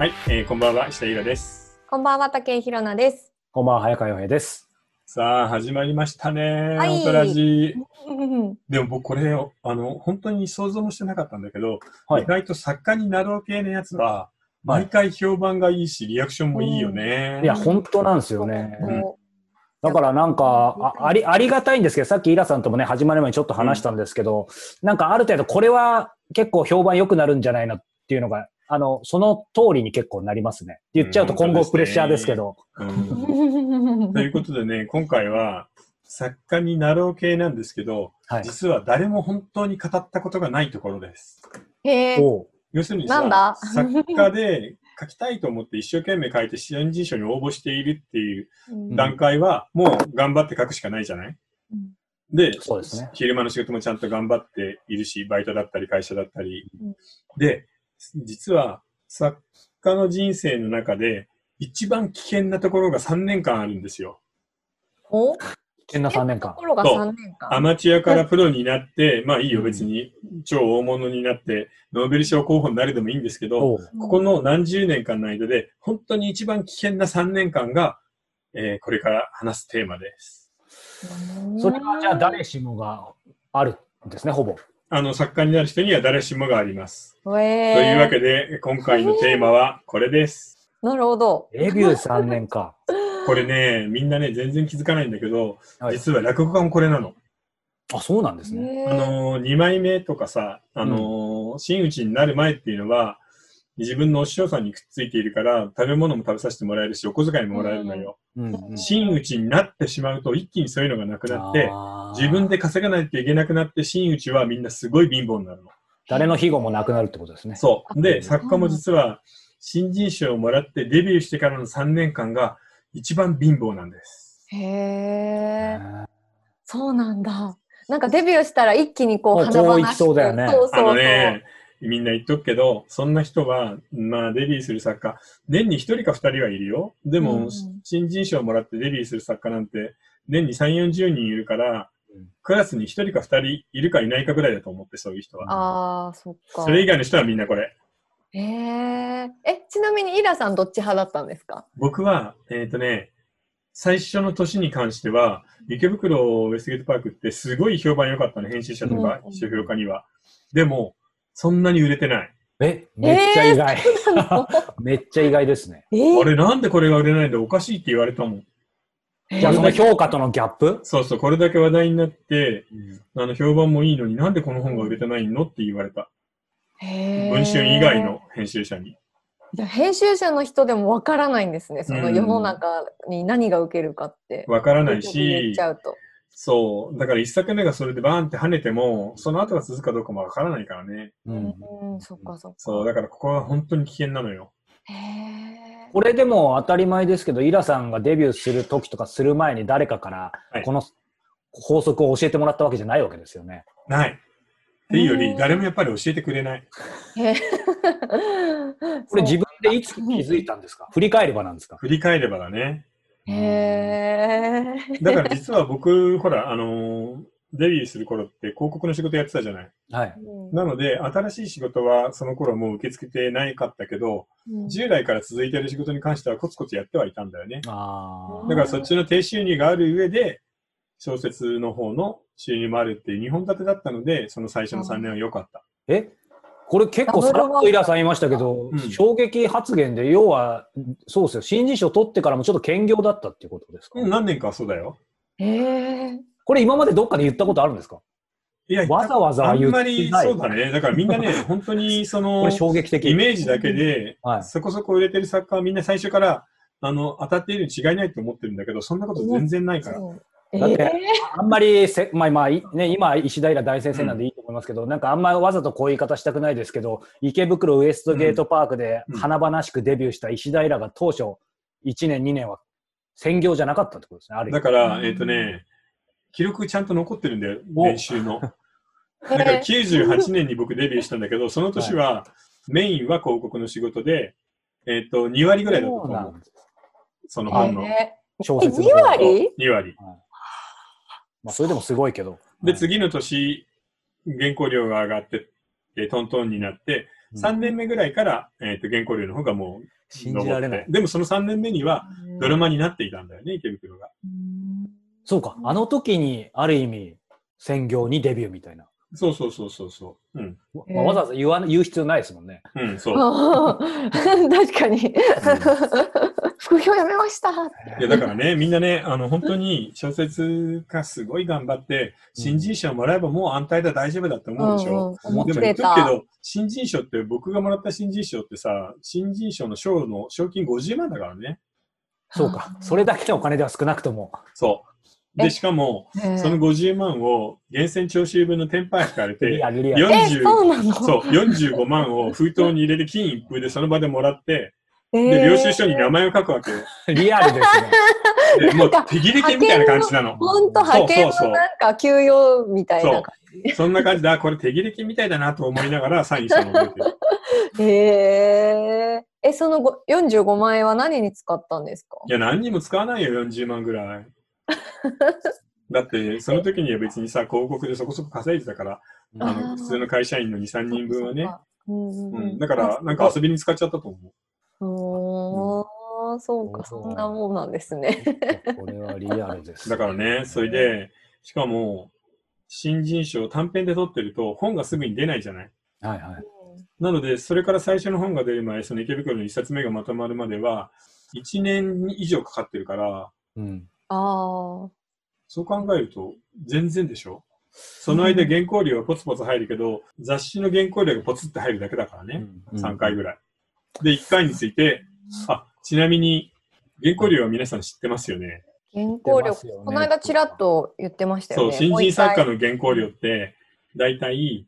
はい、こんばんは、下平です。 こんばんは、竹井ひろなです。 こんばんは、早川洋平です。 さあ、始まりましたね、 はオトラい。 ジ。でも僕これ、本当に想像もしてなかったんだけど、 はい。 意外と作家になろう系のやつは、 は毎い。 回評判がいいし、リアクションもいいよいね。 や、本当なんですよね。 こだからなんか、ありがたいんですけど、さっきイラさんともね、始まる前にちょっと話したんですけど、なんかある程度これは結構評判良くなるんじゃないのっていうのが、その通りに結構なりますね。って言っちゃうと今後プレッシャーですけど。 ということでね、今回は作家になろう系なんですけど、 はい。 実は誰も本当に語ったことがないところです。 へー。 おう。 要するになんださ、作家で書きたいと思って一生懸命書いて新人賞に応募しているっていう段階は、もう頑張って書くしかないじゃない、で、 そうですね。 昼間の仕事もちゃんと頑張っているし、バイトだったり会社だったり。で、実は作家の人生の中で一番危険なところが3年間あるんですよ。 お危険な3年間。 ところが3年間。 アマチュアからプロになって、まあいいよ、別に超大物になって、ノーベル賞候補になれでもいいんですけど、ここの何十年間の間で、本当に一番危険な3年間が、これから話すテーマです。 それはじゃあ誰しもがあるんですね、ほぼ。 作家になる人には誰しもがあります。といいうわけで、今回のテーマはこれです。 なるほど。 デビュー3年か。 これね、みんなね、全然気づかないんだけど、 はい、 実は落語家もこれなの。 あ、そうなんですね。 2枚目とかさ、真打ちになる前っていうのは、自分のお師匠さんにくっついているから、食べ物も食べさせてもらえるし、お小遣いももらえるのよ。真打ちになってしまうと、一気にそういうのがなくなって、自分で稼がないといけなくなって、真打ちはみんなすごい貧乏になるの。 誰の庇護もなくなるってことですね。 そう。で、作家も実は、新人賞をもらってデビューしてからの3年間が一番貧乏なんです。 へー。そうなんだ。なんかデビューしたら一気にこう華々しく。そうだよね。 みんな言っとくけど、そんな人は、まあデビューする作家、年に1人か2人はいるよ。でも、新人賞をもらってデビューする作家なんて、年に3、40人いるから、クラスに1人か2人いるかいないかぐらいだと思って、そういう人は。 ああ、そっか。 それ以外の人はみんなこれ。 ちなみにイラさんどっち派だったんですか？ 僕は、最初の年に関しては、池袋ウエストゲートパークってすごい評判良かったの、編集者とか書評家には。でも、そんなに売れてない。 めっちゃ意外。めっちゃ意外ですね。 あれなんでこれが売れないんだ、おかしいって言われたもん。 じゃあその評価とのギャップ？ そうそう、これだけ話題になって、評判もいいのになんでこの本が売れてないのって言われた。文春以外の編集者に。 編集者の人でもわからないんですね。その世の中に何が受けるかって。 わからないし、 言っちゃうと。 そう。だから一作目がそれでバーンって跳ねても、その後が続くかどうかもわからないからね。 そっかそっか。 そう、だからここは本当に危険なのよ。 これでも当たり前ですけど、イラさんがデビューする時とかする前に誰かからこの法則を教えてもらったわけじゃないわけですよね。 ない。っていうより、誰もやっぱり教えてくれない。 これ自分でいつ気づいたんですか？振り返ればなんですか？ 振り返ればだね。 へだから実は僕、ほら、デビューする頃って広告の仕事やってたじゃない。 はい。 なので、新しい仕事はその頃もう受け付けてないかったけど、従来から続いている仕事に関してはコツコツやってはいたんだよね。だからそっちの低収入がある上で、小説の方の収入もあるっていう2本立てだったので、その最初の3年は良かった。 これ結構さらっとイラさん言いましたけど、衝撃発言で、要は、そうですよ、新人賞取ってからもちょっと兼業だったっていうことですか？ 何年かはそうだよ。 これ今までどっかで言ったことあるんですか？ いや、 わざわざ言ってない。 あんまりそうだね。だからみんなね、本当にその、 これ衝撃的。 イメージだけで、そこそこ売れてる作家はみんな最初から、当たっているに違いないと思ってるんだけど、そんなこと全然ないから。 だって、あんまり今、石平大先生なんでいいと思いますけど、なんかあんまりわざとこういう言い方したくないですけど、池袋ウエストゲートパークで華々しくデビューした石平が当初1年、2年は専業じゃなかったってことですね。 だから、記録ちゃんと残ってるんだよ、練習の。だから98年に僕デビューしたんだけど、その年はメインは広告の仕事で、2割ぐらいだったと思う。その本の。 小説の2割 ?2 割。 まあ、それでもすごいけど。 で、次の年、原稿料が上がって、トントンになって、 3年目ぐらいから、原稿料の方がもう信じられない。 でもその3年目にはドラマになっていたんだよね、池袋が。 そうか。あの時にある意味、専業にデビューみたいな。 そうそうそうそうそう。うん。 わざわざ言う必要ないですもんね。 うん、そう。 確かに。副業やめました。 いや、だからね、みんなね、本当に小説家すごい頑張って、新人賞もらえばもう安泰だ、大丈夫だって思うでしょ。でも言っとくけど、新人賞って僕がもらった新人賞ってさ、新人賞の賞の賞金50万だからね。 そうか。それだけのお金では少なくとも。 そう。で、しかも、その50万を源泉徴収分のテンパイ引かれて、45万を封筒に入れて金一封でその場でもらって、で、領収書に名前を書くわけよ。 リアルですね。でもう手切れ金みたいな感じなの。 ほんと、派遣のなんか給与みたいな感じ。そんな感じで、これ手切れ金みたいだなと思いながらサインしたのを覚えてる。その45万円は何に使ったんですか？ いや、何にも使わないよ、40万ぐらい。だって、その時には別にさ、広告でそこそこ稼いでたから、普通の会社員の2、3人分はね。だから、なんか遊びに使っちゃったと思う。そうか、そんなもんなんですね。 これはリアルです。 だからね、それで、しかも、新人賞短編で撮ってると本がすぐに出ないじゃない。 はいはい。 なので、それから最初の本が出る前、その池袋の1冊目がまとまるまでは、1年以上かかってるから、そう考えると全然でしょ。その間原稿料がポツポツ入るけど、雑誌の原稿料がポツって入るだけだからね。3回ぐらい。で、1回について、ちなみに原稿料は皆さん知ってますよね。 原稿料、この間ちらっと言ってましたよね。 そう、新人作家の原稿料って、だいたい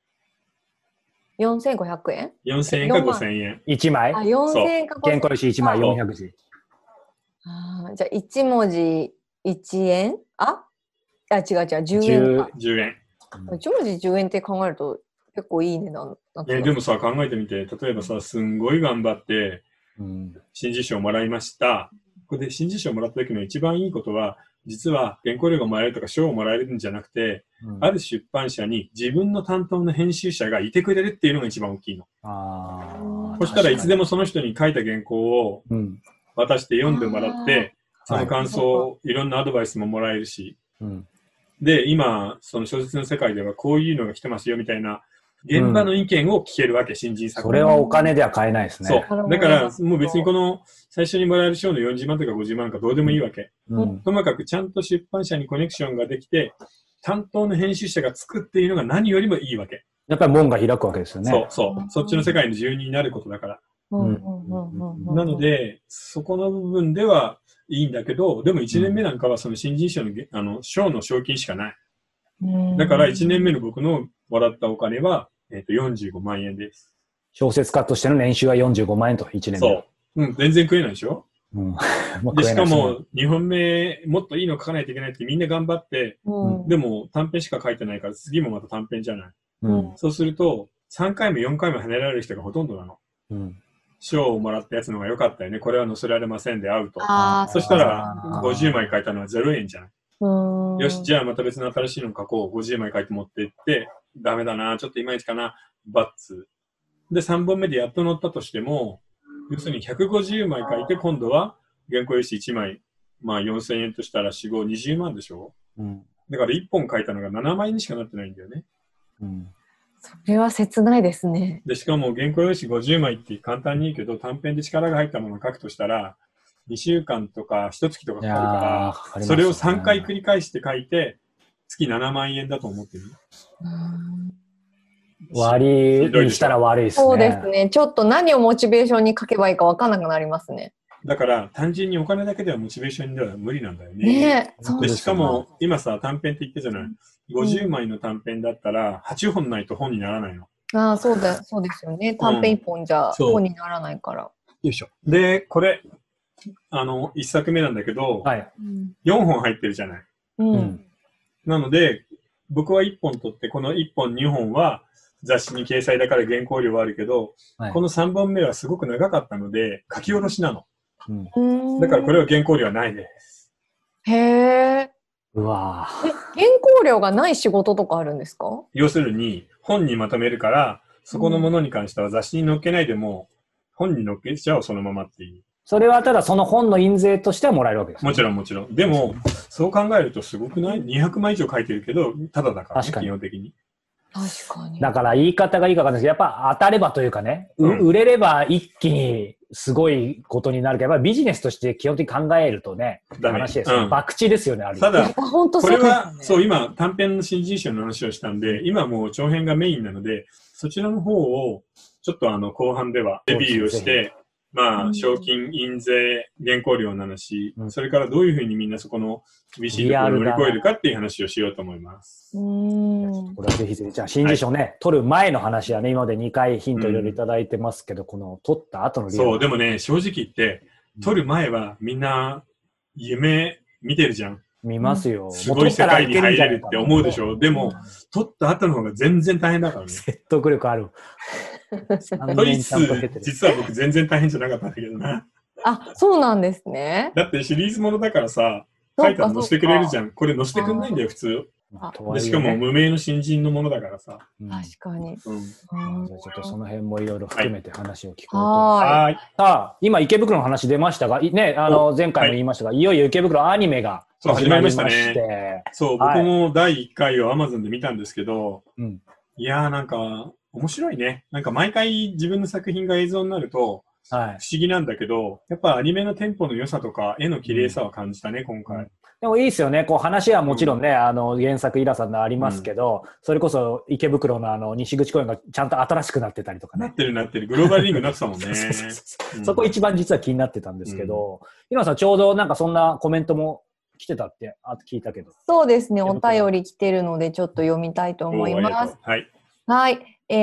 4500円 ?4000 円か5000円。 1枚 4000円か5000円。 原稿用紙1枚400字。 じゃあ1文字1円違う違う、10円か。 10円。 1文字10円って考えると結構いい値段。 でもさ、考えてみて、例えばさ、すんごい頑張って、新人賞をもらいました。これで新人賞をもらった時の一番いいことは、実は原稿料がもらえるとか賞をもらえるんじゃなくて、ある出版社に自分の担当の編集者がいてくれるっていうのが一番大きいの。そしたらいつでもその人に書いた原稿を渡して読んでもらって、その感想、いろんなアドバイスももらえるし、で、今、その小説の世界ではこういうのが来てますよみたいな、現場の意見を聞けるわけ、新人作家。 それはお金では買えないですね。 そう。だから、もう別にこの最初にもらえる賞の40万とか50万かどうでもいいわけ。ともかくちゃんと出版社にコネクションができて、担当の編集者がつくっていうのが何よりもいいわけ。 やっぱり門が開くわけですよね。 そう。そっちの世界の住人になることだから。なので、そこの部分ではいいんだけど、でも1年目なんかはその新人賞の賞の賞金しかない。だから1年目の僕のもらったお金は、45万円です。 小説家としての年収は45万円と1年目。 そう。全然食えないでしょ。で、しかも2本目もっといいの書かないといけないってみんな頑張って、でも短編しか書いてないから次もまた短編じゃない。そうすると3回も4回も跳ねられる人がほとんどなの。賞をもらったやつの方が良かったよね。これは載せられませんでアウト。そしたら50枚書いたのは0円じゃない。よし、じゃあまた別の新しいの書こう。50枚書いて持っていって、ダメだな、ちょっといまいちかな、バッツ。で、3本目でやっと乗ったとしても、要するに150枚書いて、今度は原稿用紙1枚、4000円としたら4、5、20万でしょ。だから1本書いたのが7枚にしかなってないんだよね。 それは切ないですね。 で、しかも原稿用紙50枚って簡単に言うけど、短編で力が入ったものを書くとしたら、2週間とか1月とかかかるから、それを3回繰り返して書いて、月7万円だと思ってる。 割にしたら悪いですね。 そうですね。ちょっと何をモチベーションに書けばいいか分からなくなりますね。 だから単純にお金だけではモチベーションでは無理なんだよね。でしかも今さ、短編って言ったじゃない。50枚の短編だったら8本ないと本にならないの。 そうですよね。短編1本じゃ本にならないから。よいしょ。で、これ、1作目なんだけど、4本入ってるじゃない。なので、僕は1本取って、この1本2本は雑誌に掲載だから原稿料はあるけど、この3本目はすごく長かったので、書き下ろしなの。だからこれは原稿料はないです。 へー。 うわ原稿料がない仕事とかあるんですか？ 要するに、本にまとめるから、 そこのものに関しては雑誌に載っけないでも、本に載っけちゃおう、そのままっていう。 それはただその本の印税としてはもらえるわけです、ね。 もちろんもちろん。でも、そう考えるとすごくない？ 200 枚以上書いてるけど、ただだから、ね、基本的に。 確かに。 だから言い方がいいかわかんないですけど、やっぱ当たればというかね、売れれば一気にすごいことになるけど、やっぱビジネスとして基本的に考えるとね、話ですよ。博打ですよね、ある。 ただ、これは、そう、今、短編の新人賞の話をしたんで、今もう長編がメインなので、そちらの方を、ちょっと後半ではデビューをして、まあ、賞金、印税、原稿料の話、それからどういうふうにみんなそこの厳しいところを乗り越えるかっていう話をしようと思います。 これはぜひぜひ、じゃあ、新人賞ね、取る前の話はね、今まで2回ヒントいろいろいただいてますけど、この取った後のリアル。そう、でもね、正直言って、取る前はみんな夢見てるじゃん。 見ますよ。 すごい世界に入れるって思うでしょ。でも、取った後の方が全然大変だからね。 説得力ある。 トイツ、実は僕全然大変じゃなかったんだけどな。 あ、そうなんですね。 だってシリーズものだからさ、書いたら載せてくれるじゃん。これ載せてくんないんだよ、普通。でしかも無名の新人のものだからさ。 確かに。 じゃあちょっとその辺もいろいろ含めて話を聞こうと思います。さあ、今池袋の話出ましたが、ね、前回も言いましたが、いよいよ池袋アニメが始まりましたね。そう、僕も第1回を Amazon で見たんですけど、いやーなんか面白いね。なんか毎回自分の作品が映像になると、不思議なんだけど、やっぱアニメのテンポの良さとか絵の綺麗さは感じたね、今回。 でもいいですよね。こう話はもちろんね、原作イラさんのありますけど、それこそ池袋の西口公園がちゃんと新しくなってたりとかね。 なってるなってる。グローバルリングになってたもんね。 そこ一番実は気になってたんですけど、イラさんちょうどなんかそんなコメントも来てたって聞いたけど。 そうですね。お便り来てるのでちょっと読みたいと思います。 はい。 はい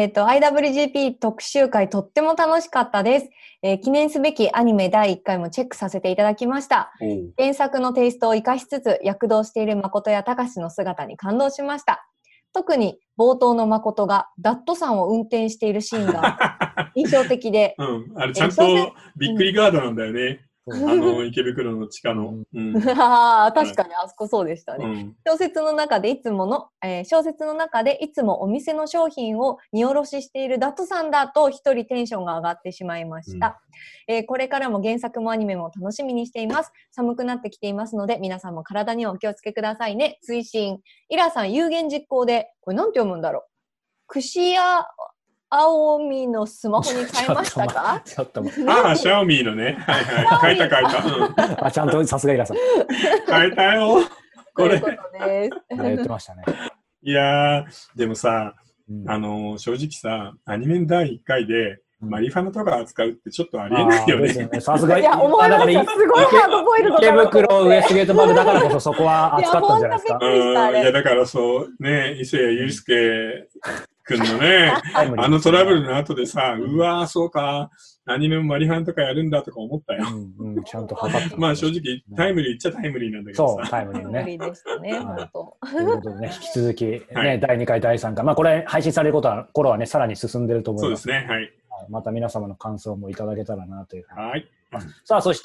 。IWGP 特集会とっても楽しかったです。記念すべきアニメ第1回もチェックさせていただきました。原作のテイストを生かしつつ躍動している誠や隆の姿に感動しました。特に冒頭の誠がダットさんを運転しているシーンが印象的で。 あれちゃんとびっくりガードなんだよね。池袋の地下の。 確かにあそこそうでしたね。小説の中でいつもお店の商品を荷下ろししているダットさんだと一人テンションが上がってしまいました。これからも原作もアニメも楽しみにしています。寒くなってきていますので皆さんも体にはお気をつけくださいね。推進。イラさん有言実行で、これなんて読むんだろう。串屋青みのスマホに変えましたか？ シャオミのね。はいはい。変えた。 ちゃんとさすがイラさん。 変えたよ。これ。 言ってましたね。 いやー、でもさ、正直さ、アニメの第1回で、マリファナとか扱うってちょっとありえないよね。 さすがに。 いや、思いました。すごいハードボイルドだな。池袋ウエストゲートバーグだからこそそこは扱ったんじゃないですか。 いや、だからそう、ね、伊勢谷友介くんのね、トラブルの後でさ、うわー、そうか、アニメもマリファナとかやるんだとか思ったよ。 ちゃんと測った。 まあ正直、タイムリーっちゃタイムリーなんだけどさ。そう、タイムリーね。 タイムリーでしたね、本当。 ということでね、引き続き、ね、第2回、第3回。まあこれ配信される頃はね、さらに進んでると思います。 そうですね、はい。 また皆様の感想もいただけたらなという。 はい。 さあ、そして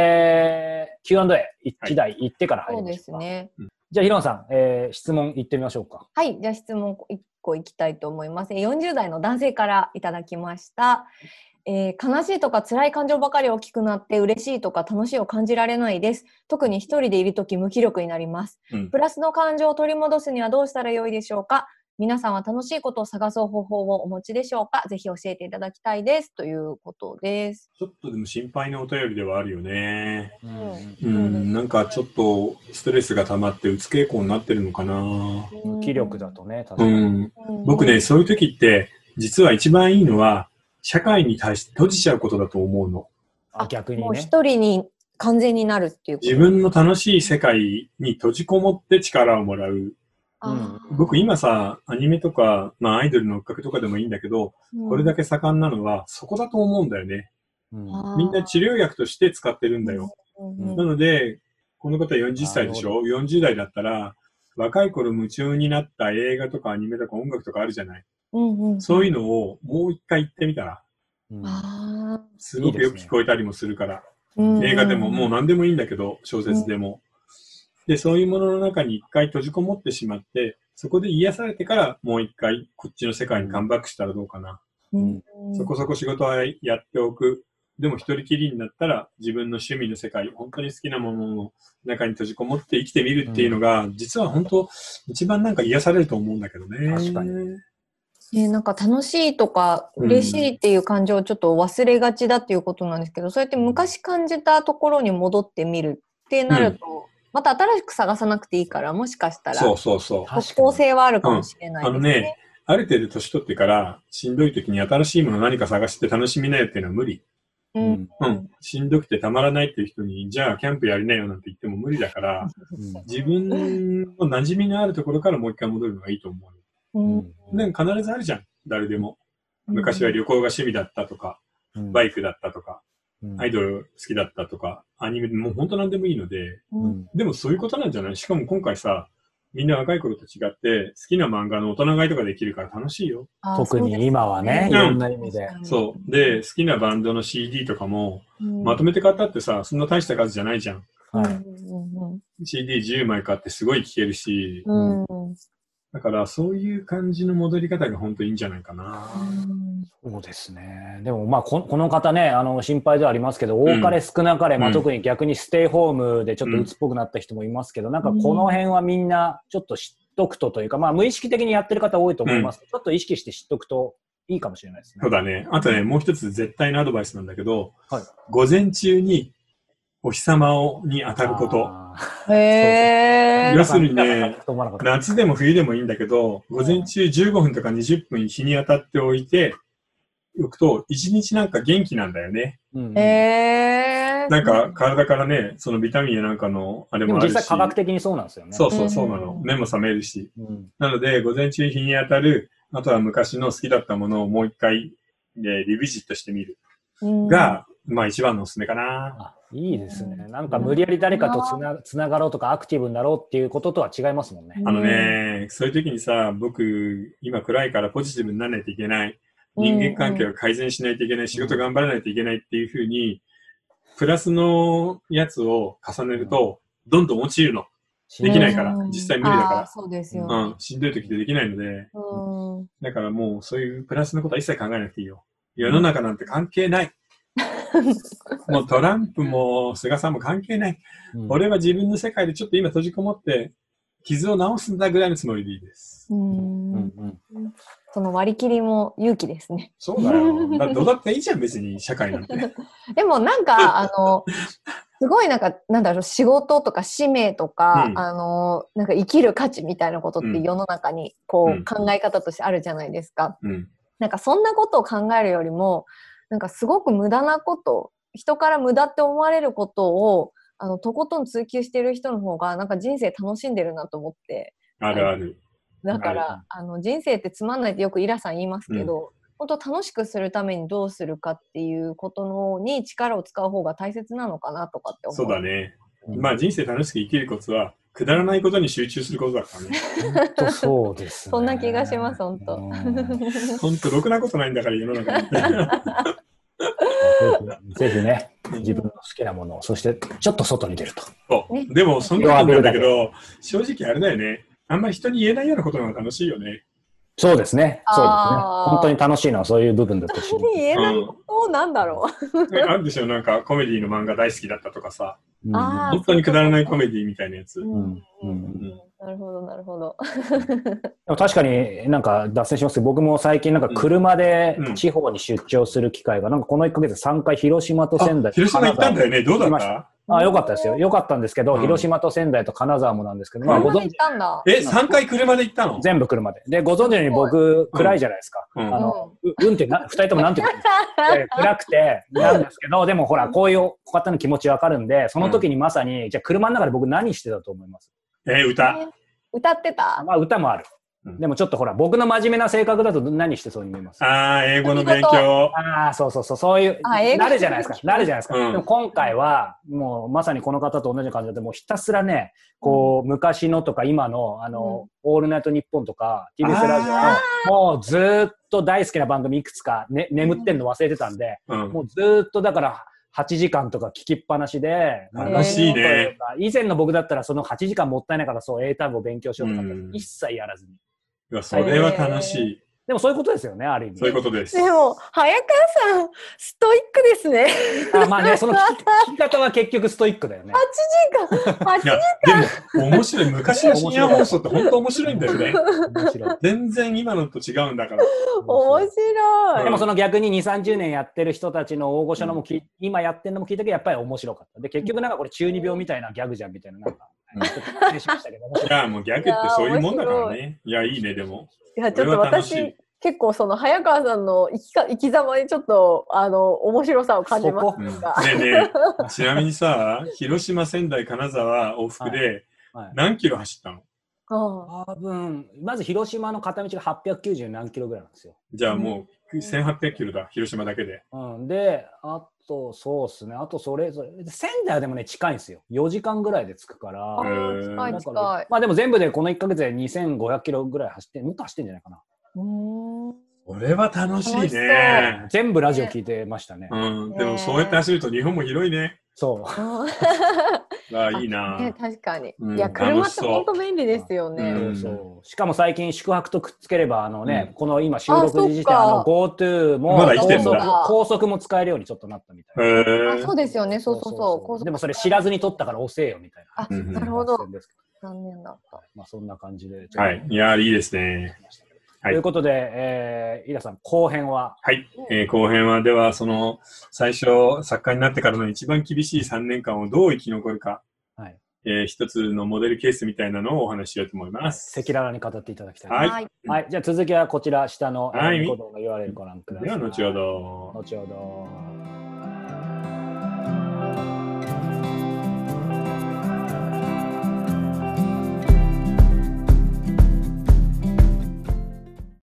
、Q&A、1題行ってから入りましょうか。 そうですね。 じゃあ、ひろんさん、質問行ってみましょうか。 はい、じゃあ質問1個いきたいと思います。40代の男性からいただきました。悲しいとか辛い感情ばかり大きくなって嬉しいとか楽しいを感じられないです。特に一人でいるとき無気力になります。プラスの感情を取り戻すにはどうしたらよいでしょうか？皆さんは楽しいことを探す方法をお持ちでしょうか？ぜひ教えていただきたいです。ということです。 ちょっとでも心配なお便りではあるよね。なんかちょっとストレスが溜まってうつ傾向になってるのかな。 無気力だとね、確かに。 僕ね、そういう時って実は一番いいのは社会に対して閉じちゃうことだと思うの。 逆にね。 もう一人に完全になるっていうこと。 自分の楽しい世界に閉じこもって力をもらう。僕今さ、アニメとか、まあアイドルの追っかけとかでもいいんだけど、これだけ盛んなのはそこだと思うんだよね。みんな治療薬として使ってるんだよ。なので、この方40歳でしょ ?40 代だったら、若い頃夢中になった映画とかアニメとか音楽とかあるじゃない。そういうのをもう一回言ってみたら、すごくよく聞こえたりもするから。映画でももう何でもいいんだけど、小説でも。で、そういうものの中に一回閉じこもってしまって、 そこで癒されてからもう一回こっちの世界にカムバックしたらどうかな。そこそこ仕事はやっておく。でも一人きりになったら自分の趣味の世界、本当に好きなものの中に閉じこもって生きてみるっていうのが、実は本当一番なんか癒されると思うんだけどね。 確かに。 なんか楽しいとか嬉しいっていう感情をちょっと忘れがちだっていうことなんですけど、そうやって昔感じたところに戻ってみるってなると、また新しく探さなくていいから、もしかしたら方向性はあるかもしれないですね。 ある程度年取ってからしんどい時に新しいもの何か探して楽しみなよっていうのは無理。しんどくてたまらないっていう人に、じゃあキャンプやりなよなんて言っても無理だから、自分の馴染みのあるところからもう一回戻るのがいいと思う。でも必ずあるじゃん、誰でも。昔は旅行が趣味だったとか、バイクだったとか、アイドル好きだったとか、アニメでもう本当なんでもいいので、でもそういうことなんじゃない？しかも今回さ、みんな若い頃と違って好きな漫画の大人買いとかできるから楽しいよ。 特に今はね、いろんな意味で。 そう。で、好きなバンドの CD とかも、まとめて買ったってさ、そんな大した数じゃないじゃん。CD10 枚買ってすごい聴けるし、だからそういう感じの戻り方が本当にいいんじゃないかな。 そうですね。でもまあこの方ね、心配ではありますけど、多かれ少なかれ、特に逆にステイホームでちょっと鬱っぽくなった人もいますけど、なんかこの辺はみんなちょっと知っとくとというか、まあ無意識的にやってる方多いと思います。ちょっと意識して知っとくといいかもしれないですね。 そうだね。あとね、もう一つ絶対なアドバイスなんだけど、午前中にお日様に当たること。要するにね、夏でも冬でもいいんだけど、午前中15分とか20分日に当たっておいておくと、1日なんか元気なんだよね。なんか体からね、そのビタミンやなんかのあれもあるし。 でも実際科学的にそうなんですよね。 そうなの。目も覚めるし。なので、午前中日に当たる、あとは昔の好きだったものをもう一回、リビジットしてみる。が、まあ一番のおすすめかな。 いいですね。なんか無理やり誰かとつながろうとかアクティブになろうっていうこととは違いますもんね。 そういう時にさ、僕、今暗いからポジティブにならないといけない。人間関係を改善しないといけない。仕事頑張らないといけないっていうふうに、プラスのやつを重ねると、どんどん落ちるの。できないから。実際無理だから。 そうですよ。 しんどい時ってできないので。だからもうそういうプラスのことは一切考えなくていいよ。世の中なんて関係ない。もうトランプも菅さんも関係ない。俺は自分の世界でちょっと今閉じこもって傷を治すんだぐらいのつもりでいいです。 その割り切りも勇気ですね。 そうだよ。どうだっていいじゃん、別に社会なんて。 でもなんかすごいなんだろう、仕事とか使命とか、なんか生きる価値みたいなことって世の中にこう考え方としてあるじゃないですか。なんかそんなことを考えるよりも、なんかすごく無駄なこと、人から無駄って思われることをとことん追求してる人の方がなんか人生楽しんでるなと思って。 あるある。 だから人生ってつまんないってよくイラさん言いますけど、本当楽しくするためにどうするかっていうことに力を使う方が大切なのかなとかって思う。 そうだね。まあ人生楽しく生きるコツはくだらないことに集中することだからね。 本当そうですね。 そんな気がします、本当。 本当ろくなことないんだから世の中に。 ぜひね、自分の好きなものを、そしてちょっと外に出ると。 そう。でもそんなことなんだけど、正直あれだよね。あんまり人に言えないようなことの方が楽しいよね。 そうですね。そうですね。本当に楽しいのはそういう部分だとし。 言えないことなんだろう。 あるでしょ、なんかコメディの漫画大好きだったとかさ。本当にくだらないコメディみたいなやつ。 なるほど、なるほど。 でも確かになんか脱線しますけど、僕も最近なんか車で地方に出張する機会が、なんかこの1ヶ月3回広島と仙台。 広島行ったんだよね。どうだった？ よかったですよ。よかったんですけど、広島と仙台と金沢もなんですけど、 ご存知たんだ。 3回車で行ったの？ 全部車で。で、ご存知のように僕、暗いじゃないですか。って2人ともなんて言うんですか？暗くて、なんですけど、でもほら、こういう方の気持ちわかるんで、その時にまさに、じゃあ車の中で僕何してたと思います？ 歌ってた？ まあ歌もある。でもちょっとほら、僕の真面目な性格だと何してそうに見えます？ 英語の勉強。 そういう、なるじゃないですか。でも今回は、もうまさにこの方と同じ感じで、もうひたすらね、こう、昔のとか今の、オールナイトニッポンとか、TBS ラジオの、もうずーっと大好きな番組いくつか、眠ってんの忘れてたんで、もうずーっとだから、 8時間とか聞きっぱなしで、 楽しいね。 以前の僕だったらその8時間もったいないからそう英単語を勉強しようとか一切やらずに。 いや、それは楽しい。 でもそういうことですよね、ある意味。 そういうことです。 でも、早川さん、ストイックですね。 まあね、その聞き方は結局ストイックだよね。 8時間 !8 時間でも、面白い。昔の深夜放送って本当面白いんだよね。面白い。全然今のと違うんだから。 面白い。 でもその逆に2、30年やってる人たちの大御所のも今やってるのも聞いたけど、やっぱり面白かった。で、結局なんかこれ中二病みたいなギャグじゃんみたいな、なんか、 いや、もうギャグってそういうもんだからね。いや、いいね、でも。 いや、ちょっと私、結構その早川さんの生き様にちょっと面白さを感じますが。 ねえねえ、ちなみにさ、広島、仙台、金沢往復で何キロ走ったの？ 多分、まず広島の片道が890何キロぐらいなんですよ。 じゃあもう1800キロだ、広島だけで。 で、あとそうですね、あとそれぞれ、仙台はでもね、近いんですよ。4時間ぐらいで着くから。 近い近い。まあでも全部でこの1ヶ月で2500キロぐらい走って、もっと走ってんじゃないかな。 これは楽しいね。 全部ラジオ聞いてましたね。 でもそうやって走ると日本も広いね。 そう。 いいな。 確かに。いや、車って本当便利ですよね。 しかも最近宿泊とくっつければ、この今収録時点GoTo も高速も使えるようにちょっとなったみたいな。そうですよね。そう。 でもそれ知らずに取ったから遅えよみたいな。なるほど。残念だった。 まあそんな感じで。 はい。いや、いいですね。 ということで、飯田さん、後編は？ はい。後編は、では、最初、作家になってからの一番厳しい3年間をどう生き残るか、一つのモデルケースみたいなのをお話ししようと思います。 赤裸々に語っていただきたいと思います。 はい。じゃあ続きはこちら、下の動画 URL ご覧ください。 では、後ほど。 後ほど。